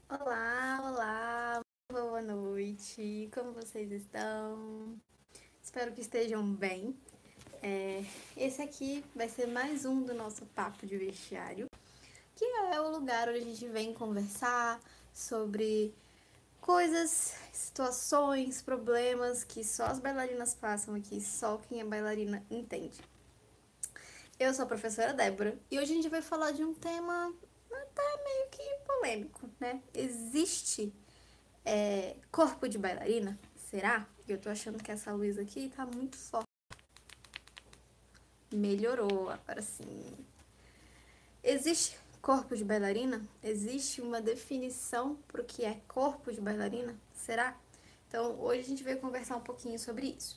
Olá, olá, boa noite, como vocês estão? Espero que estejam bem. Esse aqui vai ser mais um do nosso papo de vestiário, que é o lugar onde a gente vem conversar sobre coisas, situações, problemas que só as bailarinas passam aqui, só quem é bailarina entende. Eu sou a professora Débora e hoje a gente vai falar de um tema até meio que polêmico, né? Existe corpo de bailarina? Será? Eu tô achando que essa luz aqui tá muito forte. Melhorou, agora sim. Existe corpo de bailarina? Existe uma definição pro que é corpo de bailarina? Será? Então, hoje a gente vai conversar um pouquinho sobre isso.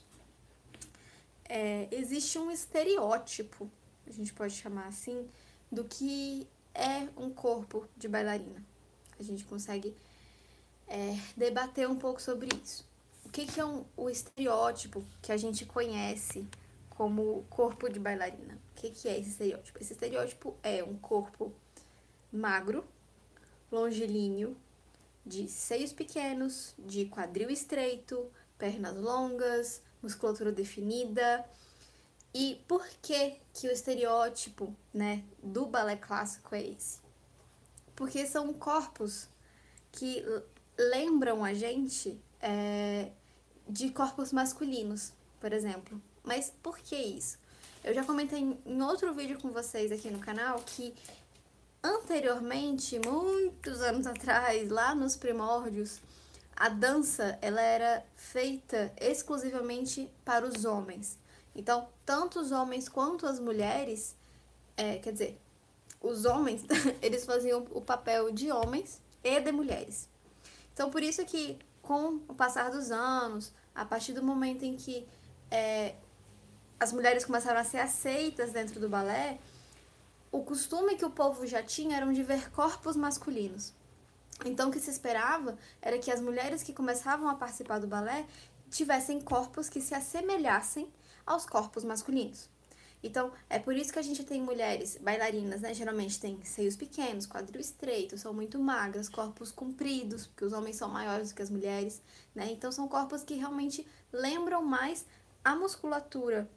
Existe um estereótipo, a gente pode chamar assim, do que é um corpo de bailarina. A gente consegue debater um pouco sobre isso. O que é o estereótipo que a gente conhece como corpo de bailarina? O que é esse estereótipo? Esse estereótipo é um corpo magro, longilíneo, de seios pequenos, de quadril estreito, pernas longas, musculatura definida. E por que o estereótipo, né, do balé clássico é esse? Porque são corpos que lembram a gente de corpos masculinos, por exemplo. Mas por que isso? Eu já comentei em outro vídeo com vocês aqui no canal que anteriormente, muitos anos atrás, lá nos primórdios, a dança ela era feita exclusivamente para os homens. Então, tanto os homens quanto as mulheres, quer dizer, os homens, eles faziam o papel de homens e de mulheres. Então, por isso que, com o passar dos anos, a partir do momento em que as mulheres começaram a ser aceitas dentro do balé, o costume que o povo já tinha era de ver corpos masculinos. Então, o que se esperava era que as mulheres que começavam a participar do balé tivessem corpos que se assemelhassem aos corpos masculinos. Então, é por isso que a gente tem mulheres bailarinas, né? Geralmente tem seios pequenos, quadril estreito, são muito magras, corpos compridos, porque os homens são maiores do que as mulheres, né? Então, são corpos que realmente lembram mais a musculatura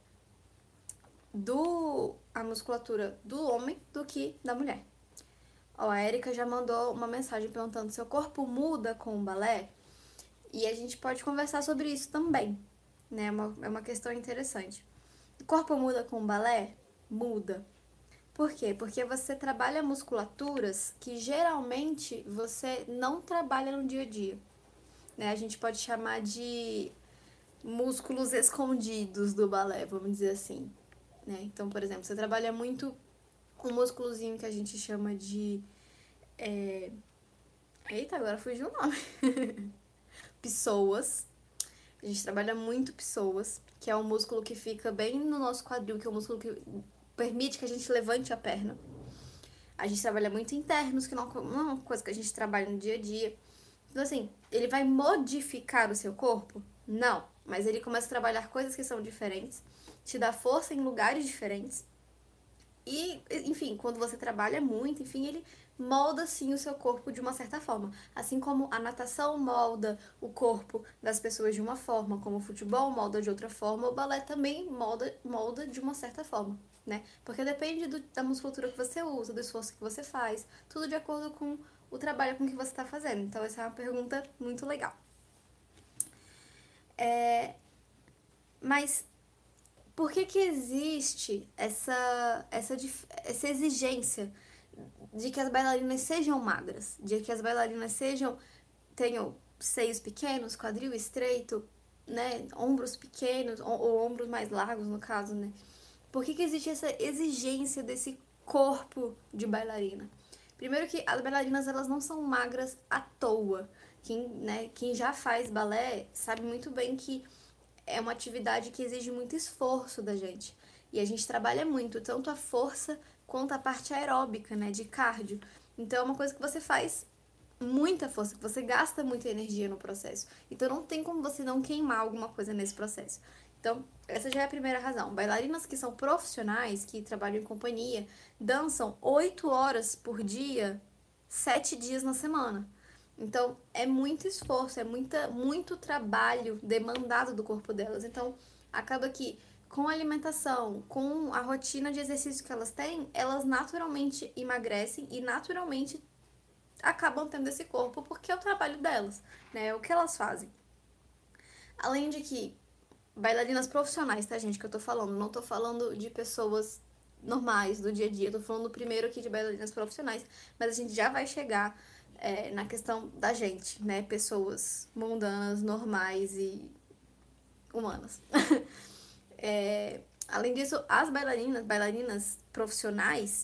do homem do que da mulher. Ó, a Erika já mandou uma mensagem perguntando se o corpo muda com o balé. E a gente pode conversar sobre isso também, né? É uma questão interessante. O corpo muda com o balé? Muda. Por quê? Porque você trabalha musculaturas que geralmente você não trabalha no dia a dia. Né? A gente pode chamar de músculos escondidos do balé, vamos dizer assim. Né? Então, por exemplo, você trabalha muito um músculozinho que a gente chama de. Eita, agora fugiu o nome. Psoas. A gente trabalha muito psoas, que é um músculo que fica bem no nosso quadril, que é um músculo que permite que a gente levante a perna. A gente trabalha muito internos, que não é uma coisa que a gente trabalha no dia a dia. Então, assim, ele vai modificar o seu corpo? Não. Mas ele começa a trabalhar coisas que são diferentes, te dá força em lugares diferentes. E, enfim, quando você trabalha muito, enfim, ele molda sim o seu corpo de uma certa forma. Assim como a natação molda o corpo das pessoas de uma forma, como o futebol molda de outra forma, o balé também molda de uma certa forma, né? Porque depende da musculatura que você usa, do esforço que você faz, tudo de acordo com o trabalho com que você está fazendo. Então, essa é uma pergunta muito legal. Mas por que existe essa exigência de que as bailarinas sejam magras, de que as bailarinas tenham seios pequenos, quadril estreito, né, ombros pequenos ou ombros mais largos no caso, né? Por que existe essa exigência desse corpo de bailarina? Primeiro que as bailarinas elas não são magras à toa. Quem já faz balé sabe muito bem que é uma atividade que exige muito esforço da gente. E a gente trabalha muito, tanto a força quanto a parte aeróbica, né, de cardio. Então é uma coisa que você faz muita força, que você gasta muita energia no processo. Então não tem como você não queimar alguma coisa nesse processo. Então, essa já é a primeira razão. Bailarinas que são profissionais, que trabalham em companhia, dançam 8 horas por dia, 7 dias na semana. Então, é muito esforço, é muito trabalho demandado do corpo delas. Então, acaba que com a alimentação, com a rotina de exercício que elas têm, elas naturalmente emagrecem e naturalmente acabam tendo esse corpo porque é o trabalho delas, né? É o que elas fazem. Além de que, bailarinas profissionais, tá, gente, que eu tô falando, não tô falando de pessoas normais do dia a dia, eu tô falando primeiro aqui de bailarinas profissionais, mas a gente já vai chegar na questão da gente, né? Pessoas mundanas, normais e humanas. Além disso, as bailarinas profissionais,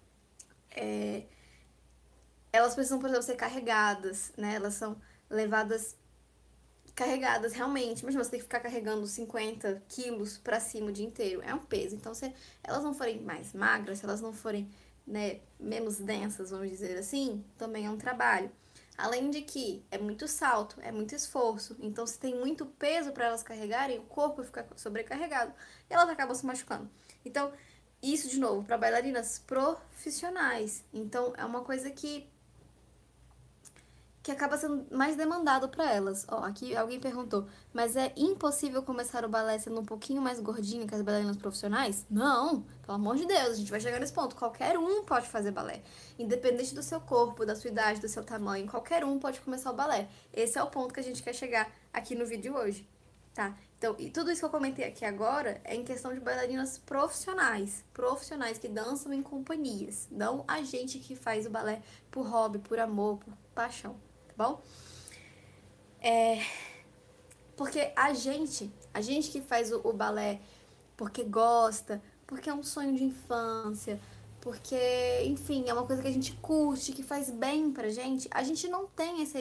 elas precisam, por exemplo, ser carregadas, né? Elas são levadas carregadas realmente. Imagina você tem que ficar carregando 50 quilos pra cima o dia inteiro. É um peso. Então, se elas não forem mais magras, se elas não forem, né, menos densas, vamos dizer assim, também é um trabalho. Além de que é muito salto, é muito esforço. Então, se tem muito peso para elas carregarem, o corpo fica sobrecarregado e elas acabam se machucando. Então, isso de novo para bailarinas profissionais. Então, é uma coisa que acaba sendo mais demandado para elas. Ó, aqui alguém perguntou, mas é impossível começar o balé sendo um pouquinho mais gordinho que as bailarinas profissionais? Não, pelo amor de Deus, a gente vai chegar nesse ponto. Qualquer um pode fazer balé, independente do seu corpo, da sua idade, do seu tamanho, qualquer um pode começar o balé. Esse é o ponto que a gente quer chegar aqui no vídeo hoje, tá? Então, e tudo isso que eu comentei aqui agora é em questão de bailarinas profissionais que dançam em companhias, não a gente que faz o balé por hobby, por amor, por paixão. Bom? Porque a gente que faz o balé porque gosta, porque é um sonho de infância, porque, enfim, é uma coisa que a gente curte, que faz bem pra gente, a gente não tem essa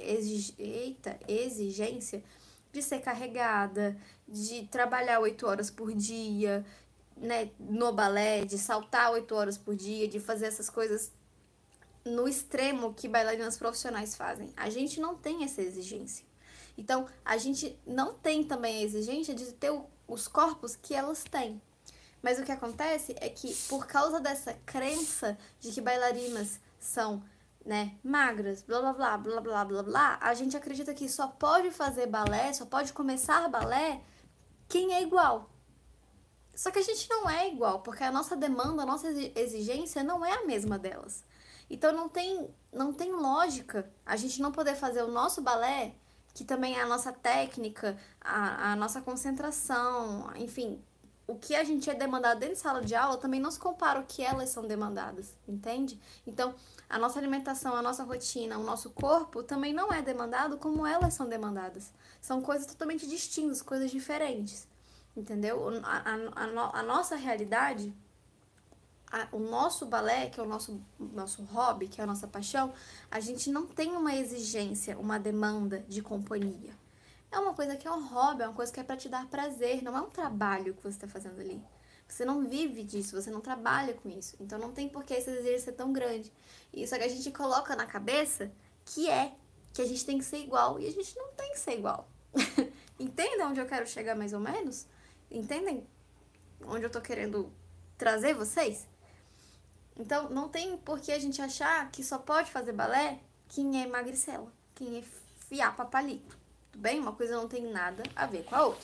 exigência de ser carregada, de trabalhar 8 horas por dia, né, no balé, de saltar 8 horas por dia, de fazer essas coisas no extremo que bailarinas profissionais fazem. A gente não tem essa exigência. Então, a gente não tem também a exigência de ter os corpos que elas têm. Mas o que acontece é que, por causa dessa crença de que bailarinas são, né, magras, blá blá blá blá blá blá blá, a gente acredita que só pode fazer balé, só pode começar balé quem é igual. Só que a gente não é igual, porque a nossa demanda, a nossa exigência não é a mesma delas. Então não tem lógica a gente não poder fazer o nosso balé, que também é a nossa técnica, a nossa concentração, enfim, o que a gente é demandado dentro de sala de aula também não se compara ao que elas são demandadas, entende? Então, a nossa alimentação, a nossa rotina, o nosso corpo também não é demandado como elas são demandadas. São coisas totalmente distintas, coisas diferentes, entendeu? A nossa realidade, o nosso balé, que é o nosso hobby, que é a nossa paixão, a gente não tem uma exigência, uma demanda de companhia. É uma coisa que é um hobby, é uma coisa que é para te dar prazer, não é um trabalho que você está fazendo ali. Você não vive disso, você não trabalha com isso. Então não tem por que esse desejo ser tão grande. E só que a gente coloca na cabeça que a gente tem que ser igual e a gente não tem que ser igual. Entendem onde eu quero chegar mais ou menos? Entendem onde eu tô querendo trazer vocês? Então, não tem por que a gente achar que só pode fazer balé quem é magricela, quem é fiapa palito. Tudo bem? Uma coisa não tem nada a ver com a outra.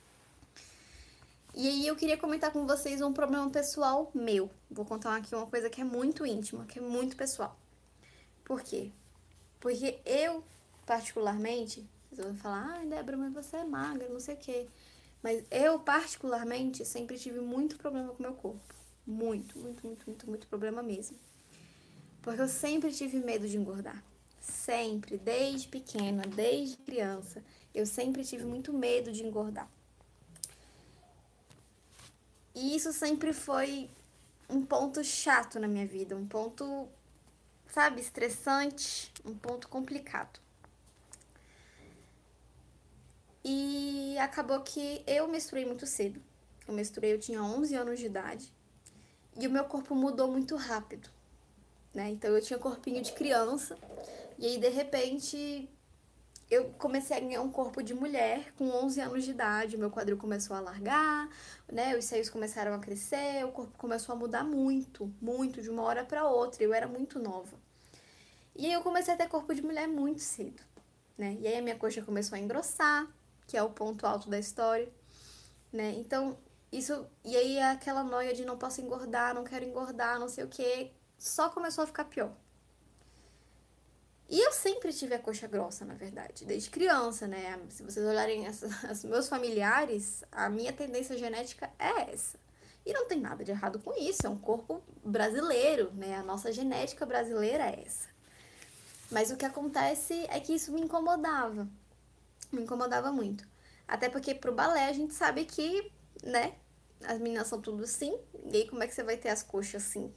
E aí eu queria comentar com vocês um problema pessoal meu. Vou contar aqui uma coisa que é muito íntima, que é muito pessoal. Por quê? Porque eu, particularmente, vocês vão falar, Débora, mas você é magra, não sei o quê. Mas eu, particularmente, sempre tive muito problema com o meu corpo. Muito problema mesmo. Porque eu sempre tive medo de engordar. Sempre, desde pequena, desde criança, eu sempre tive muito medo de engordar. E isso sempre foi um ponto chato na minha vida, um ponto, sabe, estressante, um ponto complicado. E acabou que eu menstruei muito cedo. Eu tinha 11 anos de idade. E o meu corpo mudou muito rápido, né? Então eu tinha corpinho de criança. E aí, de repente, eu comecei a ganhar um corpo de mulher com 11 anos de idade. O meu quadril começou a largar, né? Os seios começaram a crescer. O corpo começou a mudar muito, de uma hora para outra. Eu era muito nova. E aí eu comecei a ter corpo de mulher muito cedo, né? E aí a minha coxa começou a engrossar, que é o ponto alto da história, né? Então, isso... E aí aquela noia de não posso engordar, não quero engordar, não sei o quê, só começou a ficar pior. E eu sempre tive a coxa grossa, na verdade, desde criança, né? Se vocês olharem os meus familiares, a minha tendência genética é essa. E não tem nada de errado com isso, é um corpo brasileiro, né? A nossa genética brasileira é essa. Mas o que acontece é que isso me incomodava muito. Até porque pro balé a gente sabe que, né, as meninas são tudo assim, e aí como é que você vai ter as coxas assim?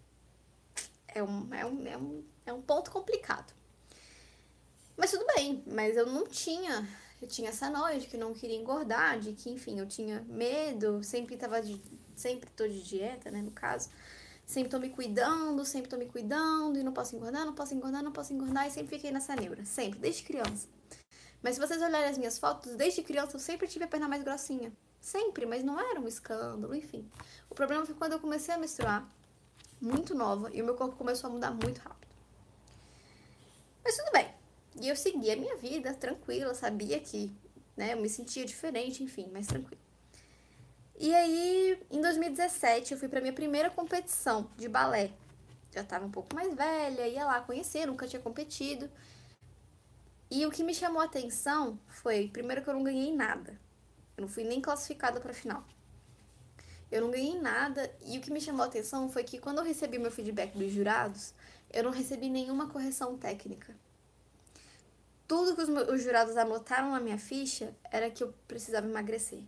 É um ponto complicado. Mas tudo bem, mas eu tinha essa noia de que não queria engordar, de que, enfim, eu tinha medo, sempre tô de dieta, né, no caso. Sempre tô me cuidando, e não posso engordar, não posso engordar, não posso engordar, e sempre fiquei nessa neura, sempre, desde criança. Mas se vocês olharem as minhas fotos, desde criança eu sempre tive a perna mais grossinha. Sempre, mas não era um escândalo, enfim. O problema foi quando eu comecei a menstruar, muito nova, e o meu corpo começou a mudar muito rápido. Mas tudo bem. E eu segui a minha vida tranquila, sabia que, né, eu me sentia diferente, enfim, mas tranquilo. E aí, em 2017, eu fui pra minha primeira competição de balé. Já tava um pouco mais velha, ia lá conhecer, nunca tinha competido. E o que me chamou a atenção foi, primeiro, que eu não ganhei nada. Eu não fui nem classificada pra final. Eu não ganhei nada, e o que me chamou a atenção foi que quando eu recebi meu feedback dos jurados, eu não recebi nenhuma correção técnica. Tudo que os jurados anotaram na minha ficha era que eu precisava emagrecer.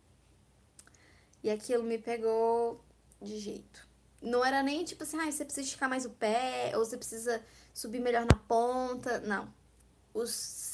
E aquilo me pegou de jeito. Não era nem tipo assim, ah, você precisa esticar mais o pé, ou você precisa subir melhor na ponta. Não. Os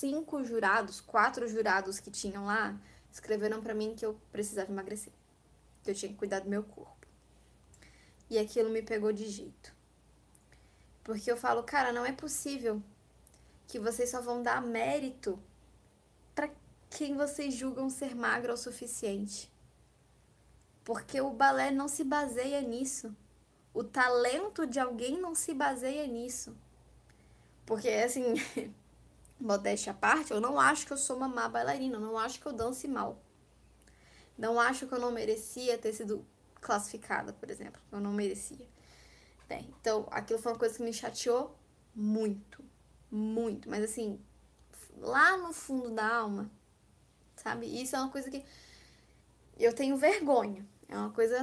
4 jurados que tinham lá, escreveram pra mim que eu precisava emagrecer. Que eu tinha que cuidar do meu corpo. E aquilo me pegou de jeito. Porque eu falo, cara, não é possível que vocês só vão dar mérito pra quem vocês julgam ser magra o suficiente. Porque o balé não se baseia nisso. O talento de alguém não se baseia nisso. Porque, assim, modéstia à parte, eu não acho que eu sou uma má bailarina, eu não acho que eu dance mal. Não acho que eu não merecia ter sido classificada, por exemplo. Eu não merecia. Bem, então, aquilo foi uma coisa que me chateou muito. Muito. Mas, assim, lá no fundo da alma, sabe? Isso é uma coisa que eu tenho vergonha. É uma coisa,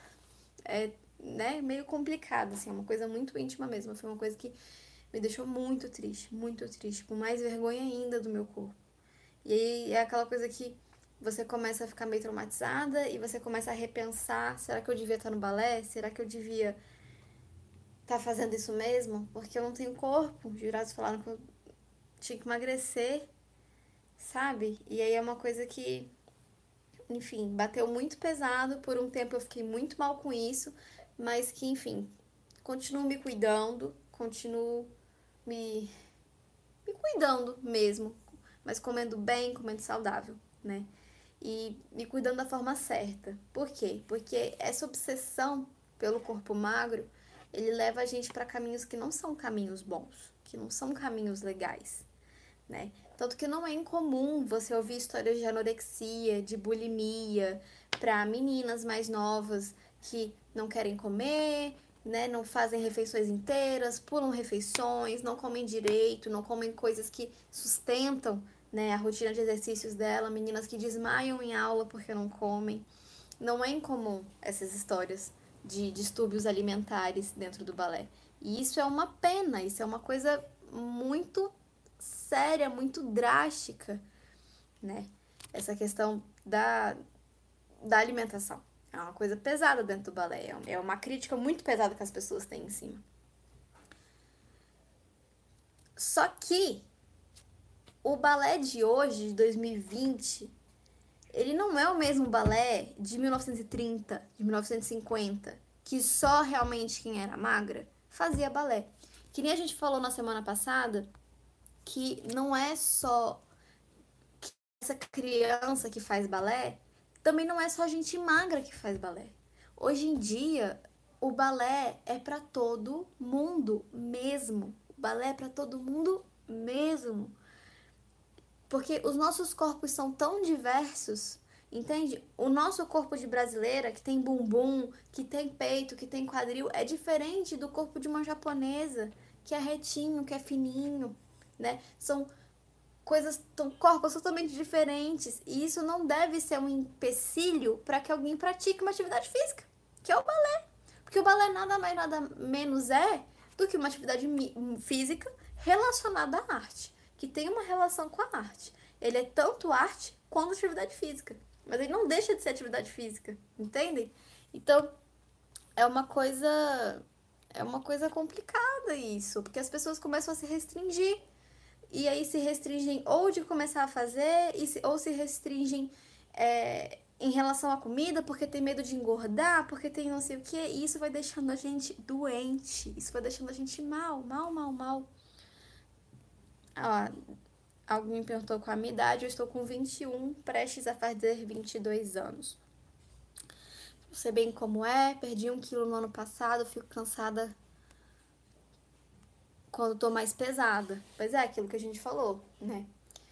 né, meio complicada, assim. É uma coisa muito íntima mesmo. Foi uma coisa que me deixou muito triste, com mais vergonha ainda do meu corpo. E aí é aquela coisa que você começa a ficar meio traumatizada e você começa a repensar, será que eu devia estar no balé? Será que eu devia estar fazendo isso mesmo? Porque eu não tenho corpo. Os jurados falaram que eu tinha que emagrecer, sabe? E aí é uma coisa que, enfim, bateu muito pesado. Por um tempo eu fiquei muito mal com isso, mas que, enfim, continuo me cuidando, continuo me cuidando mesmo, mas comendo bem, comendo saudável, né? E me cuidando da forma certa. Por quê? Porque essa obsessão pelo corpo magro, ele leva a gente para caminhos que não são caminhos bons, que não são caminhos legais, né? Tanto que não é incomum você ouvir histórias de anorexia, de bulimia, para meninas mais novas que não querem comer, né, não fazem refeições inteiras, pulam refeições, não comem direito, não comem coisas que sustentam, né, a rotina de exercícios dela, meninas que desmaiam em aula porque não comem. Não é incomum essas histórias de distúrbios alimentares dentro do balé. E isso é uma pena, isso é uma coisa muito séria, muito drástica, né? Essa questão da alimentação. É uma coisa pesada dentro do balé. É uma crítica muito pesada que as pessoas têm em cima. Só que o balé de hoje, de 2020, ele não é o mesmo balé de 1930, de 1950, que só realmente quem era magra fazia balé. Que nem a gente falou na semana passada, que não é só essa criança que faz balé, também não é só gente magra que faz balé. Hoje em dia, o balé é para todo mundo mesmo. Balé é pra todo mundo mesmo. Porque os nossos corpos são tão diversos, entende? O nosso corpo de brasileira, que tem bumbum, que tem peito, que tem quadril, é diferente do corpo de uma japonesa, que é retinho, que é fininho, né? São corpos totalmente diferentes. E isso não deve ser um empecilho para que alguém pratique uma atividade física, que é o balé. Porque o balé nada mais, nada menos é do que uma atividade física relacionada à arte, que tem uma relação com a arte. Ele é tanto arte quanto atividade física, mas ele não deixa de ser atividade física, entendem? Então, é uma coisa complicada isso, porque as pessoas começam a se restringir. E aí se restringem ou de começar a fazer, ou se restringem em relação à comida, porque tem medo de engordar, porque tem não sei o que, e isso vai deixando a gente doente, isso vai deixando a gente mal, mal, mal, mal. Alguém me perguntou qual a minha idade, eu estou com 21, prestes a fazer 22 anos. Não sei bem como é, perdi 1 quilo no ano passado, fico cansada quando tô mais pesada. Pois é, aquilo que a gente falou, né?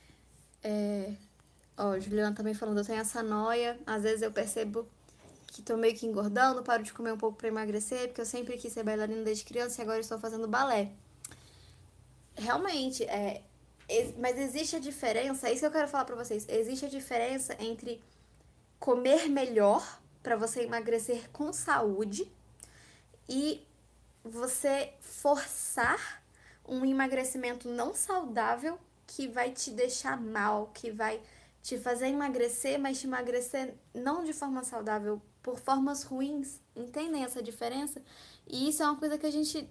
Juliana também falando, eu tenho essa noia, às vezes eu percebo que tô meio que engordando, paro de comer um pouco pra emagrecer, porque eu sempre quis ser bailarina desde criança e agora estou fazendo balé. Realmente, mas existe a diferença, é isso que eu quero falar pra vocês, existe a diferença entre comer melhor pra você emagrecer com saúde e você forçar um emagrecimento não saudável que vai te deixar mal, que vai te fazer emagrecer, mas te emagrecer não de forma saudável, por formas ruins. Entendem essa diferença? E isso é uma coisa que a gente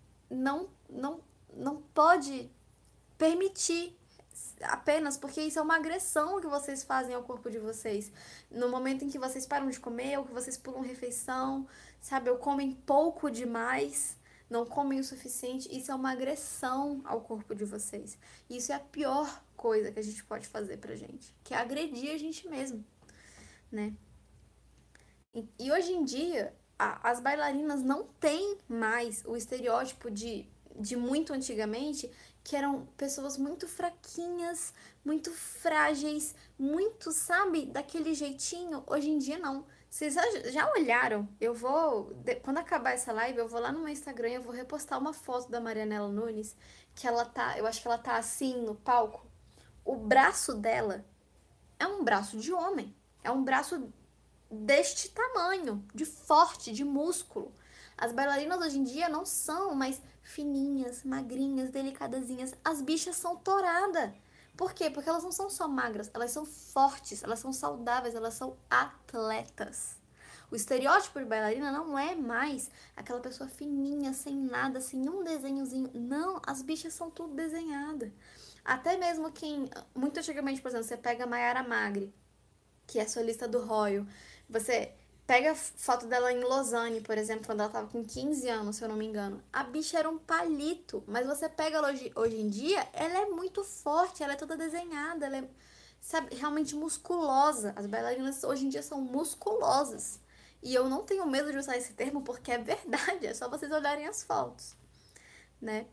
não pode permitir apenas porque isso é uma agressão que vocês fazem ao corpo de vocês. No momento em que vocês param de comer, ou que vocês pulam refeição, sabe, ou comem pouco demais, não comem o suficiente, isso é uma agressão ao corpo de vocês. E isso é a pior coisa que a gente pode fazer pra gente, que é agredir a gente mesmo, né? E hoje em dia, as bailarinas não têm mais o estereótipo de muito antigamente, que eram pessoas muito fraquinhas, muito frágeis, muito, sabe, daquele jeitinho. Hoje em dia, não. Vocês já olharam? Quando acabar essa live, eu vou lá no meu Instagram e eu vou repostar uma foto da Marianela Nunes, que eu acho que ela tá assim no palco. O braço dela é um braço de homem. É um braço deste tamanho, de forte, de músculo. As bailarinas hoje em dia não são mais fininhas, magrinhas, delicadazinhas. As bichas são touradas. Por quê? Porque elas não são só magras, elas são fortes, elas são saudáveis, elas são atletas. O estereótipo de bailarina não é mais aquela pessoa fininha, sem nada, sem um desenhozinho. Não, as bichas são tudo desenhadas. Até mesmo muito antigamente, por exemplo, você pega a Maiara Magri, que é solista do Royal. Você pega a foto dela em Lausanne, por exemplo, quando ela tava com 15 anos, se eu não me engano. A bicha era um palito, mas você pega ela hoje em dia, ela é muito forte, ela é toda desenhada, ela é, sabe, realmente musculosa. As bailarinas hoje em dia são musculosas. E eu não tenho medo de usar esse termo porque é verdade, é só vocês olharem as fotos, né?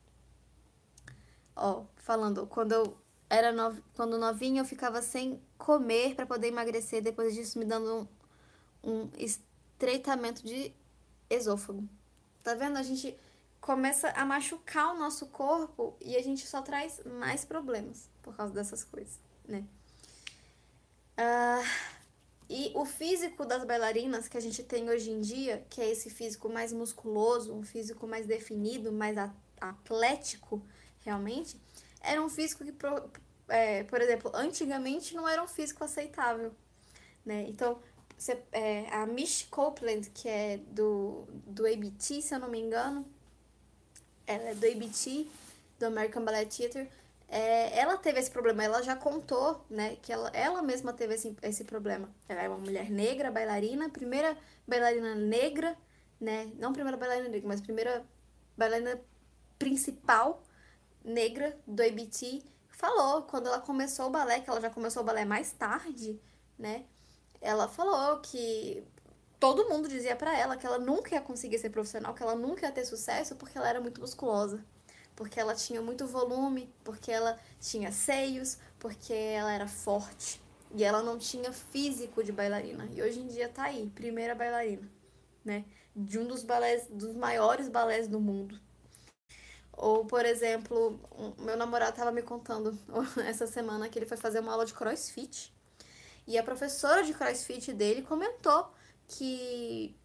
Falando, quando novinha eu ficava sem comer para poder emagrecer, depois disso me dando um estreitamento de esôfago. Tá vendo? A gente começa a machucar o nosso corpo e a gente só traz mais problemas por causa dessas coisas, né? E o físico das bailarinas que a gente tem hoje em dia, que é esse físico mais musculoso, um físico mais definido, mais atlético, realmente, era um físico que, por exemplo, antigamente não era um físico aceitável, né? Então, a Mish Copeland, que é do ABT, se eu não me engano, ela é do ABT, do American Ballet Theatre, ela teve esse problema, ela já contou, né, que ela mesma teve esse problema. Ela é uma mulher negra, bailarina, primeira bailarina negra, né, não primeira bailarina negra, mas primeira bailarina principal negra do ABT, falou, quando ela começou o balé, que ela já começou o balé mais tarde, né, ela falou que todo mundo dizia pra ela que ela nunca ia conseguir ser profissional, que ela nunca ia ter sucesso porque ela era muito musculosa. porque ela tinha muito volume, porque ela tinha seios, porque ela era forte. E ela não tinha físico de bailarina. E hoje em dia tá aí, primeira bailarina, né? De um dos balés, dos maiores balés do mundo. Ou, por exemplo, meu namorado tava me contando essa semana que ele foi fazer uma aula de CrossFit. E a professora de CrossFit dele comentou que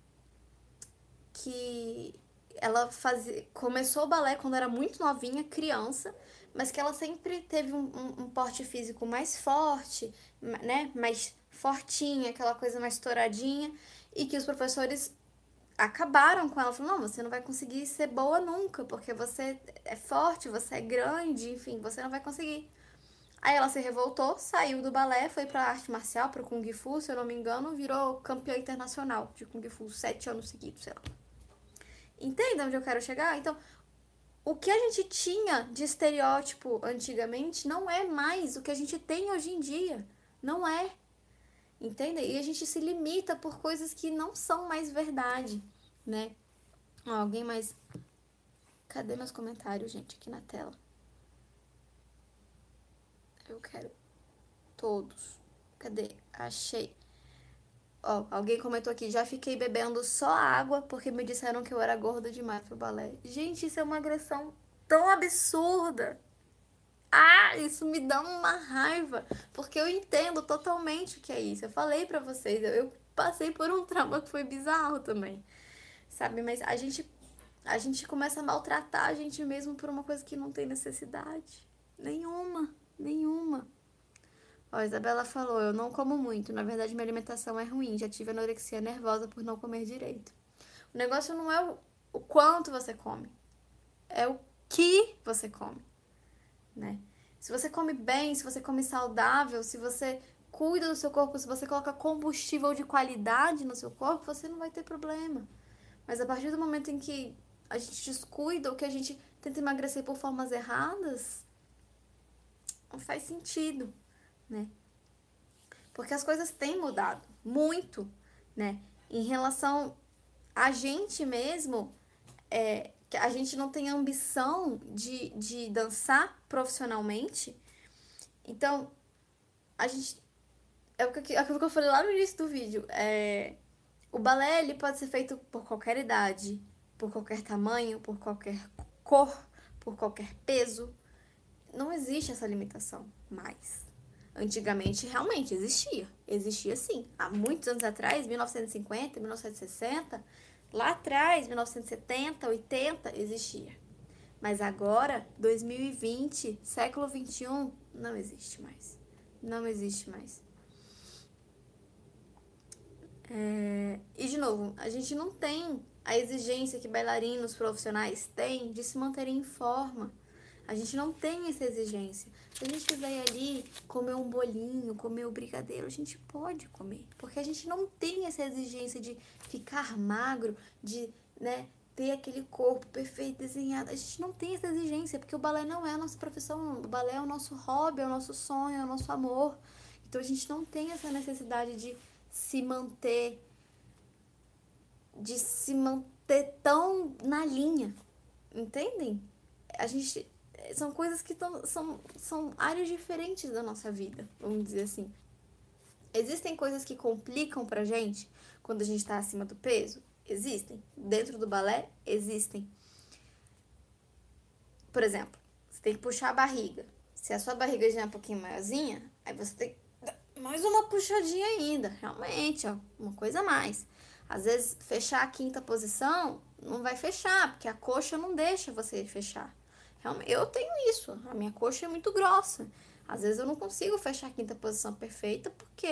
que ela começou o balé quando era muito novinha, criança, mas que ela sempre teve um porte físico mais forte, né? Mais fortinha, aquela coisa mais estouradinha, e que os professores acabaram com ela, falando, não, você não vai conseguir ser boa nunca, porque você é forte, você é grande, enfim, você não vai conseguir. Aí ela se revoltou, saiu do balé, foi pra arte marcial, pro Kung Fu, se eu não me engano, virou campeã internacional de Kung Fu 7 anos seguidos, sei lá. Entende onde eu quero chegar? Então, o que a gente tinha de estereótipo antigamente não é mais o que a gente tem hoje em dia. Não é. Entende? E a gente se limita por coisas que não são mais verdade, né? Ó, alguém mais. Cadê meus comentários, gente, aqui na tela? Eu quero todos. Cadê? Achei. Ó, alguém comentou aqui, já fiquei bebendo só água porque me disseram que eu era gorda demais pro balé. Gente, isso é uma agressão tão absurda. Ah, isso me dá uma raiva, porque eu entendo totalmente o que é isso. Eu falei pra vocês, eu passei por um trauma que foi bizarro também, sabe? Mas a gente começa a maltratar a gente mesmo por uma coisa que não tem necessidade. Nenhuma, nenhuma. Ó, a Isabela falou, eu não como muito, na verdade minha alimentação é ruim, já tive anorexia nervosa por não comer direito. O negócio não é o quanto você come, é o que você come, né? Se você come bem, se você come saudável, se você cuida do seu corpo, se você coloca combustível de qualidade no seu corpo, você não vai ter problema. Mas a partir do momento em que a gente descuida ou que a gente tenta emagrecer por formas erradas, não faz sentido, né? Porque as coisas têm mudado muito, né? Em relação a gente mesmo, que a gente não tem ambição de dançar profissionalmente. Então, a gente. É aquilo que eu falei lá no início do vídeo. O balé ele pode ser feito por qualquer idade, por qualquer tamanho, por qualquer cor, por qualquer peso. Não existe essa limitação mais. Antigamente realmente existia. Existia sim. Há muitos anos atrás, 1950, 1960, lá atrás, 1970, 80, existia. Mas agora, 2020, século 21, não existe mais. Não existe mais. E de novo, a gente não tem a exigência que bailarinos profissionais têm de se manterem em forma. A gente não tem essa exigência. Se a gente quiser ali comer um bolinho, comer o brigadeiro, a gente pode comer. Porque a gente não tem essa exigência de ficar magro, de, né, ter aquele corpo perfeito, desenhado. A gente não tem essa exigência, porque o balé não é a nossa profissão. O balé é o nosso hobby, é o nosso sonho, é o nosso amor. Então a gente não tem essa necessidade se manter, de se manter tão na linha. Entendem? A gente são coisas que são áreas diferentes da nossa vida, vamos dizer assim. Existem coisas que complicam pra gente quando a gente tá acima do peso? Existem. Dentro do balé, existem. Por exemplo, você tem que puxar a barriga. Se a sua barriga já é um pouquinho maiorzinha, aí você tem que dar mais uma puxadinha ainda. Realmente, ó, uma coisa a mais. Às vezes, fechar a quinta posição não vai fechar, porque a coxa não deixa você fechar. Eu tenho isso, a minha coxa é muito grossa. Às vezes eu não consigo fechar a quinta posição perfeita porque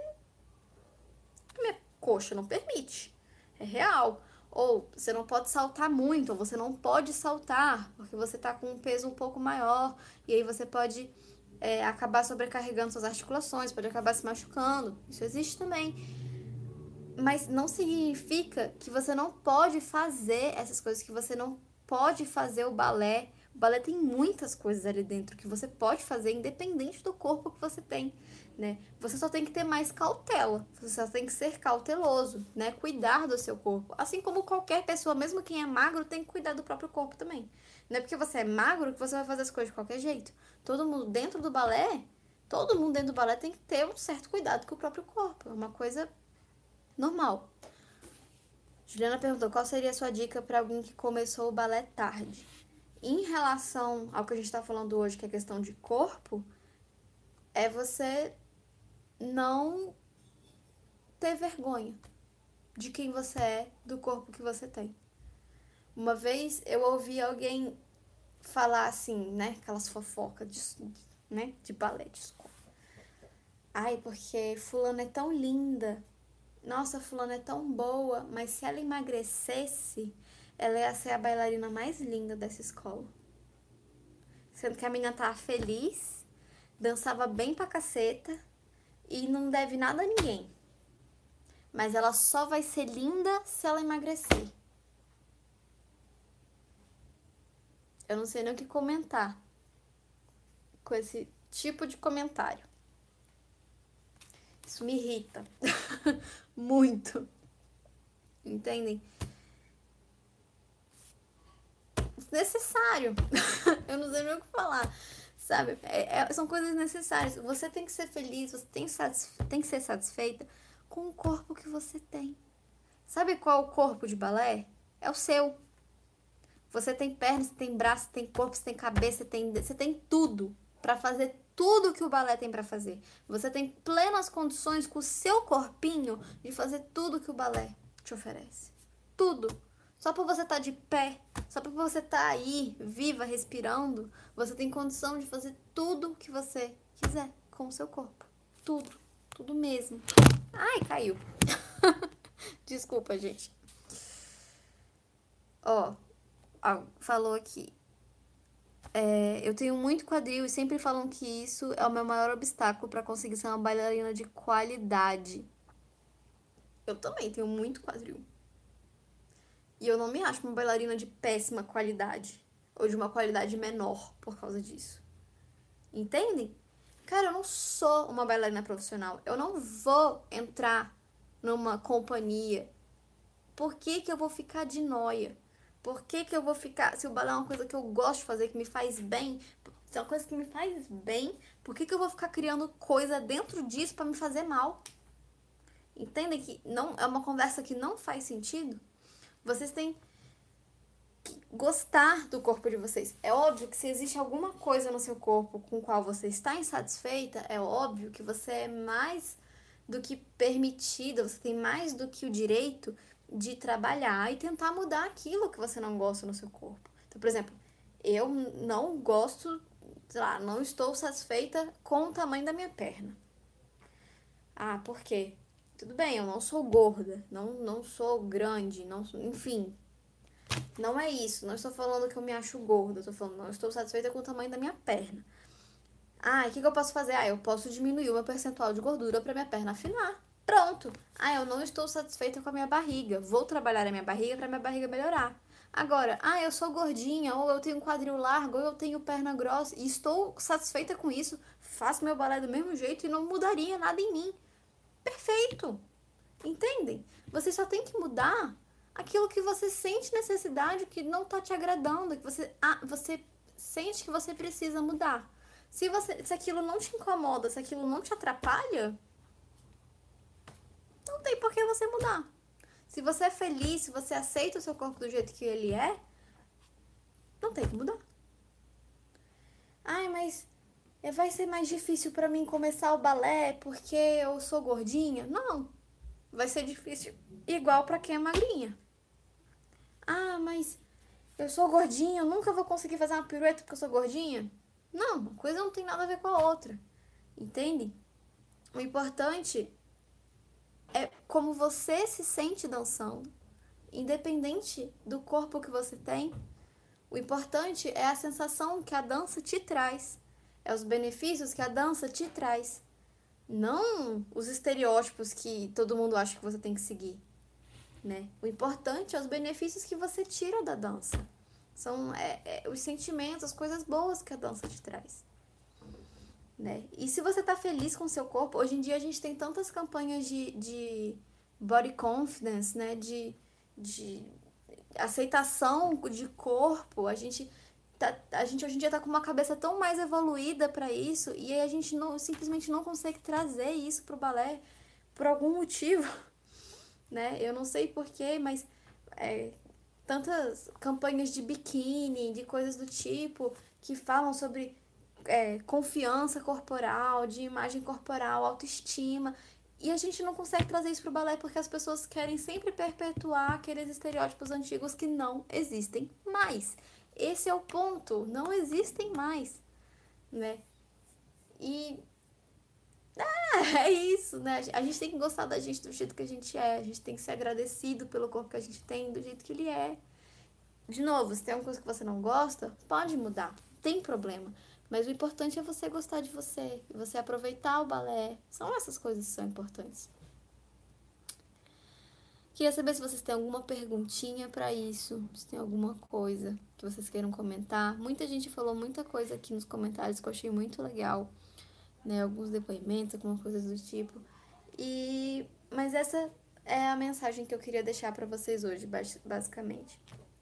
a minha coxa não permite. É real. Ou você não pode saltar muito, ou você não pode saltar, porque você tá com um peso um pouco maior, e aí você pode acabar sobrecarregando suas articulações, pode acabar se machucando. Isso existe também. Mas não significa que você não pode fazer essas coisas, que você não pode fazer o balé. O balé tem muitas coisas ali dentro que você pode fazer, independente do corpo que você tem, né? Você só tem que ter mais cautela, você só tem que ser cauteloso, né? Cuidar do seu corpo. Assim como qualquer pessoa, mesmo quem é magro, tem que cuidar do próprio corpo também. Não é porque você é magro que você vai fazer as coisas de qualquer jeito. Todo mundo dentro do balé tem que ter um certo cuidado com o próprio corpo. É uma coisa normal. Juliana perguntou qual seria a sua dica para alguém que começou o balé tarde. Em relação ao que a gente está falando hoje, que é questão de corpo, é você não ter vergonha de quem você é, do corpo que você tem. Uma vez eu ouvi alguém falar assim, né? Aquelas fofocas de balé, desculpa. Ai, porque fulana é tão linda. Nossa, fulana é tão boa. Mas se ela emagrecesse, ela ia ser a bailarina mais linda dessa escola. Sendo que a menina tava feliz, dançava bem pra caceta e não deve nada a ninguém. Mas ela só vai ser linda se ela emagrecer. Eu não sei nem o que comentar com esse tipo de comentário. Isso me irrita. Muito. Entendem? Desnecessário. Eu não sei nem o que falar. Sabe? São coisas necessárias. Você tem que ser feliz, você tem que ser satisfeita com o corpo que você tem. Sabe qual é o corpo de balé? É o seu. Você tem perna, você tem braço, você tem corpo, você tem cabeça, você tem tudo para fazer tudo que o balé tem para fazer. Você tem plenas condições com o seu corpinho de fazer tudo que o balé te oferece. Tudo. Só por você estar de pé, só por você estar aí, viva, respirando, você tem condição de fazer tudo que você quiser com o seu corpo. Tudo. Tudo mesmo. Ai, caiu. Desculpa, gente. Ó, falou aqui. Eu tenho muito quadril e sempre falam que isso é o meu maior obstáculo para conseguir ser uma bailarina de qualidade. Eu também tenho muito quadril. E eu não me acho uma bailarina de péssima qualidade. Ou de uma qualidade menor por causa disso. Entendem? Cara, eu não sou uma bailarina profissional. Eu não vou entrar numa companhia. Por que que eu vou ficar de nóia? Por que que eu vou ficar... Se o balé é uma coisa que eu gosto de fazer, que me faz bem... Se é uma coisa que me faz bem, por que que eu vou ficar criando coisa dentro disso pra me fazer mal? Entendem que não, é uma conversa que não faz sentido? Vocês têm que gostar do corpo de vocês. É óbvio que se existe alguma coisa no seu corpo com a qual você está insatisfeita, é óbvio que você é mais do que permitida, você tem mais do que o direito de trabalhar e tentar mudar aquilo que você não gosta no seu corpo. Então, por exemplo, eu não gosto, sei lá, não estou satisfeita com o tamanho da minha perna. Ah, por quê? Tudo bem, eu não sou gorda, não sou grande, enfim. Não é isso, não estou falando que eu me acho gorda, estou falando, não estou satisfeita com o tamanho da minha perna. Ah, e o que eu posso fazer? Ah, eu posso diminuir o meu percentual de gordura para minha perna afinar. Pronto. Ah, eu não estou satisfeita com a minha barriga. Vou trabalhar a minha barriga para minha barriga melhorar. Agora, eu sou gordinha, ou eu tenho quadril largo, ou eu tenho perna grossa, e estou satisfeita com isso. Faço meu balé do mesmo jeito e não mudaria nada em mim. Perfeito. Entendem? Você só tem que mudar aquilo que você sente necessidade, que não tá te agradando, que você sente que você precisa mudar. Se aquilo não te incomoda, se aquilo não te atrapalha, não tem por que você mudar. Se você é feliz, se você aceita o seu corpo do jeito que ele é, não tem que mudar. Ai, mas vai ser mais difícil pra mim começar o balé porque eu sou gordinha? Não. Vai ser difícil igual pra quem é magrinha. Ah, mas eu sou gordinha, eu nunca vou conseguir fazer uma pirueta porque eu sou gordinha? Não, uma coisa não tem nada a ver com a outra. Entende? O importante é como você se sente dançando, independente do corpo que você tem. O importante é a sensação que a dança te traz, é os benefícios que a dança te traz, não os estereótipos que todo mundo acha que você tem que seguir, né? O importante é os benefícios que você tira da dança. São os sentimentos, as coisas boas que a dança te traz. Né? E se você tá feliz com o seu corpo, hoje em dia a gente tem tantas campanhas de body confidence, né? De aceitação de corpo. A gente A gente hoje em dia tá com uma cabeça tão mais evoluída para isso, e aí a gente simplesmente não consegue trazer isso pro balé por algum motivo, né? Eu não sei porquê, mas tantas campanhas de biquíni, de coisas do tipo, que falam sobre confiança corporal, de imagem corporal, autoestima. E a gente não consegue trazer isso pro balé porque as pessoas querem sempre perpetuar aqueles estereótipos antigos que não existem mais. Esse é o ponto, não existem mais, né? E é isso, né? A gente tem que gostar da gente do jeito que a gente é, a gente tem que ser agradecido pelo corpo que a gente tem, do jeito que ele é. De novo, se tem uma coisa que você não gosta, pode mudar, não tem problema. Mas o importante é você gostar de você, você aproveitar o balé. São essas coisas que são importantes. Queria saber se vocês têm alguma perguntinha para isso, se tem alguma coisa que vocês queiram comentar. Muita gente falou muita coisa aqui nos comentários que eu achei muito legal, né? Alguns depoimentos, algumas coisas do tipo. Mas essa é a mensagem que eu queria deixar para vocês hoje, basicamente.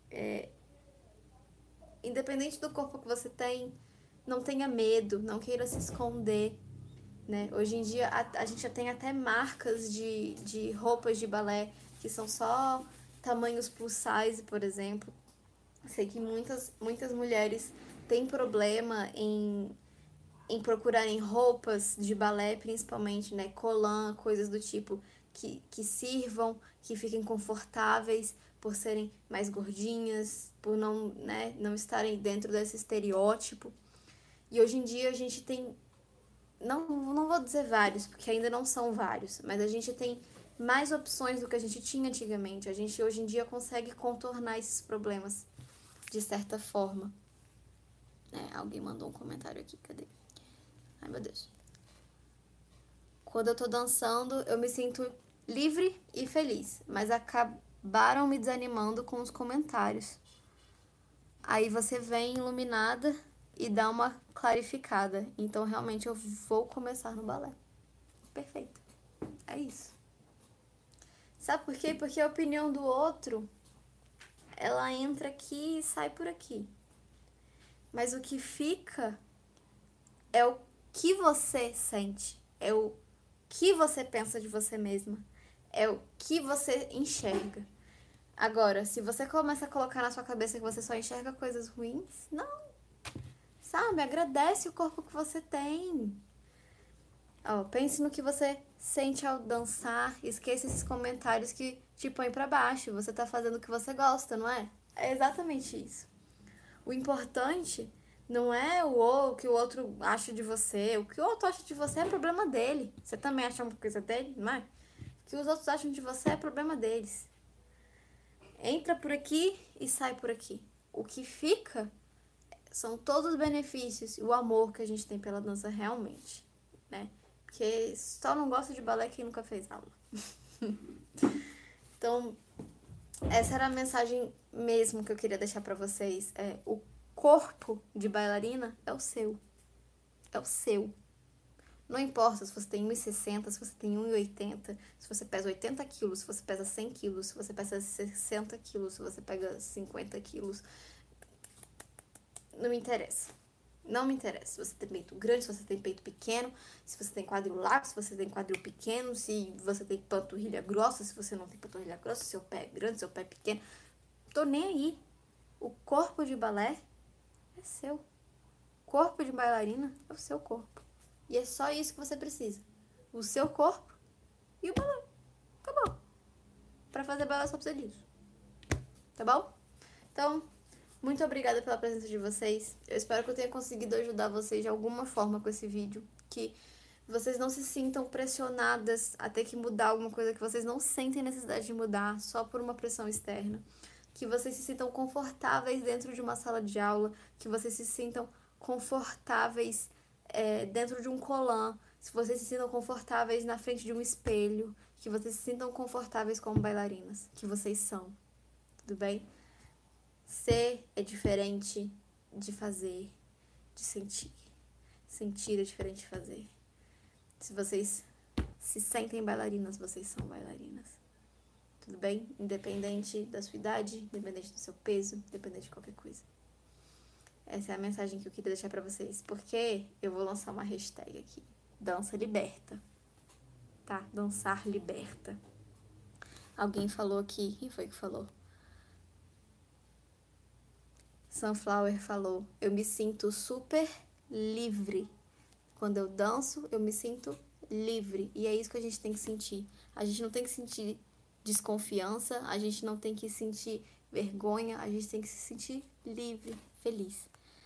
Independente do corpo que você tem, não tenha medo, não queira se esconder, né? Hoje em dia a gente já tem até marcas de roupas de balé que são só tamanhos plus size, por exemplo. Sei que muitas mulheres têm problema em procurarem roupas de balé, principalmente, né? Colã, coisas do tipo que sirvam, que fiquem confortáveis por serem mais gordinhas, por não, né, não estarem dentro desse estereótipo. E hoje em dia a gente tem, não vou dizer vários, porque ainda não são vários, mas a gente tem mais opções do que a gente tinha antigamente. A gente hoje em dia consegue contornar esses problemas de certa forma. Alguém mandou um comentário aqui, cadê? Ai, meu Deus. Quando eu tô dançando, eu me sinto livre e feliz, mas acabaram me desanimando com os comentários. Aí você vem iluminada e dá uma clarificada. Então, realmente, eu vou começar no balé. Perfeito. É isso. Sabe por quê? Porque a opinião do outro, ela entra aqui e sai por aqui. Mas o que fica é o que você sente, é o que você pensa de você mesma, é o que você enxerga. Agora, se você começa a colocar na sua cabeça que você só enxerga coisas ruins, não. Sabe? Agradece o corpo que você tem. Pense no que você sente ao dançar, esqueça esses comentários que te põem pra baixo. Você tá fazendo o que você gosta, não é? É exatamente isso. O importante não é o que o outro acha de você. O que o outro acha de você é problema dele. Você também acha uma coisa dele, não é? O que os outros acham de você é problema deles. Entra por aqui e sai por aqui. O que fica são todos os benefícios e o amor que a gente tem pela dança realmente, né? Porque só não gosta de balé quem nunca fez aula. Então, essa era a mensagem mesmo que eu queria deixar pra vocês. O corpo de bailarina é o seu. É o seu. Não importa se você tem 1,60, se você tem 1,80, se você pesa 80 quilos, se você pesa 100 quilos, se você pesa 60 quilos, se você pega 50 quilos. Não me interessa. Não me interessa se você tem peito grande, se você tem peito pequeno, se você tem quadril largo, se você tem quadril pequeno, se você tem panturrilha grossa, se você não tem panturrilha grossa, se seu pé é grande, se seu pé é pequeno. Tô nem aí. O corpo de balé é seu. O corpo de bailarina é o seu corpo. E é só isso que você precisa. O seu corpo e o balé. Acabou. Pra fazer balé só precisa disso. Tá bom? Então, muito obrigada pela presença de vocês. Eu espero que eu tenha conseguido ajudar vocês de alguma forma com esse vídeo. Que vocês não se sintam pressionadas a ter que mudar alguma coisa que vocês não sentem necessidade de mudar só por uma pressão externa. Que vocês se sintam confortáveis dentro de uma sala de aula. Que vocês se sintam confortáveis dentro de um colã. Se vocês se sintam confortáveis na frente de um espelho. Que vocês se sintam confortáveis como bailarinas. Que vocês são. Tudo bem? Ser é diferente de fazer, de sentir. Sentir é diferente de fazer. Se vocês se sentem bailarinas, vocês são bailarinas. Tudo bem? Independente da sua idade, independente do seu peso, independente de qualquer coisa. Essa é a mensagem que eu queria deixar pra vocês. Porque eu vou lançar uma hashtag aqui. Dança liberta. Tá? Dançar liberta. Alguém falou aqui. Quem foi que falou? Sunflower falou. Eu me sinto super livre. Quando eu danço, eu me sinto livre. E é isso que a gente tem que sentir. A gente não tem que sentir desconfiança. A gente não tem que sentir vergonha. A gente tem que se sentir livre, feliz.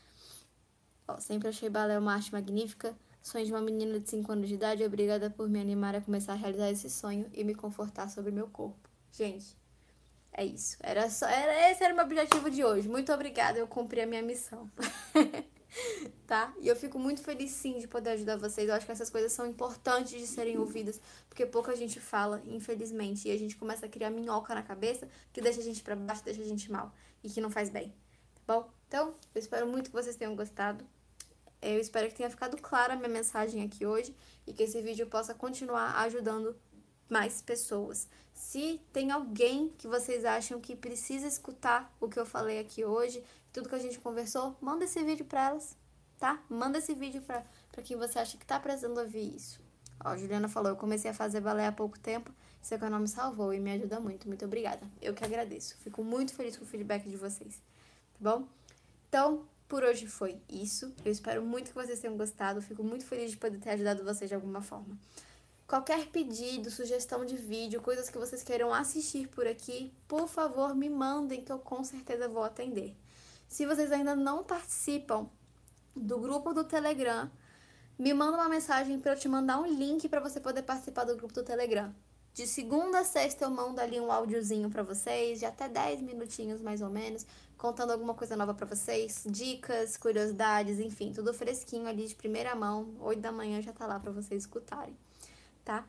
Ó, sempre achei balé uma arte magnífica. Sonho de uma menina de 5 anos de idade. Obrigada por me animar a começar a realizar esse sonho e me confortar sobre meu corpo. Gente, é isso. Esse era o meu objetivo de hoje. Muito obrigada, eu cumpri a minha missão. Tá? E eu fico muito feliz, sim, de poder ajudar vocês. Eu acho que essas coisas são importantes de serem ouvidas, porque pouca gente fala, infelizmente. E a gente começa a criar minhoca na cabeça que deixa a gente pra baixo, deixa a gente mal. E que não faz bem. Tá bom? Então, eu espero muito que vocês tenham gostado. Eu espero que tenha ficado clara a minha mensagem aqui hoje e que esse vídeo possa continuar ajudando mais pessoas. Se tem alguém que vocês acham que precisa escutar o que eu falei aqui hoje, tudo que a gente conversou, manda esse vídeo pra elas, tá? Manda esse vídeo pra quem você acha que tá precisando ouvir isso. Ó, a Juliana falou, eu comecei a fazer balé há pouco tempo, seu canal me salvou e me ajuda muito. Muito obrigada. Eu que agradeço. Fico muito feliz com o feedback de vocês, tá bom? Então, por hoje foi isso. Eu espero muito que vocês tenham gostado. Fico muito feliz de poder ter ajudado vocês de alguma forma. Qualquer pedido, sugestão de vídeo, coisas que vocês queiram assistir por aqui, por favor, me mandem que eu com certeza vou atender. Se vocês ainda não participam do grupo do Telegram, me manda uma mensagem para eu te mandar um link para você poder participar do grupo do Telegram. De segunda a sexta eu mando ali um áudiozinho para vocês, de até 10 minutinhos mais ou menos, contando alguma coisa nova para vocês, dicas, curiosidades, enfim, tudo fresquinho ali de primeira mão, 8 da manhã já tá lá para vocês escutarem, tá?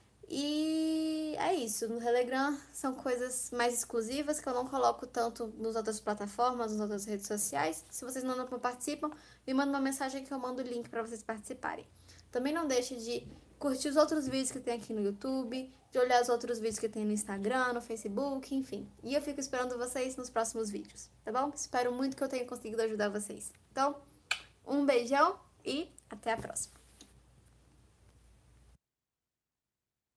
E é isso, no Telegram são coisas mais exclusivas que eu não coloco tanto nas outras plataformas, nas outras redes sociais. Se vocês não participam, me manda uma mensagem que eu mando o link para vocês participarem. Também não deixe de curtir os outros vídeos que tem aqui no YouTube, de olhar os outros vídeos que tem no Instagram, no Facebook, enfim. E eu fico esperando vocês nos próximos vídeos, tá bom? Espero muito que eu tenha conseguido ajudar vocês. Então, um beijão e até a próxima!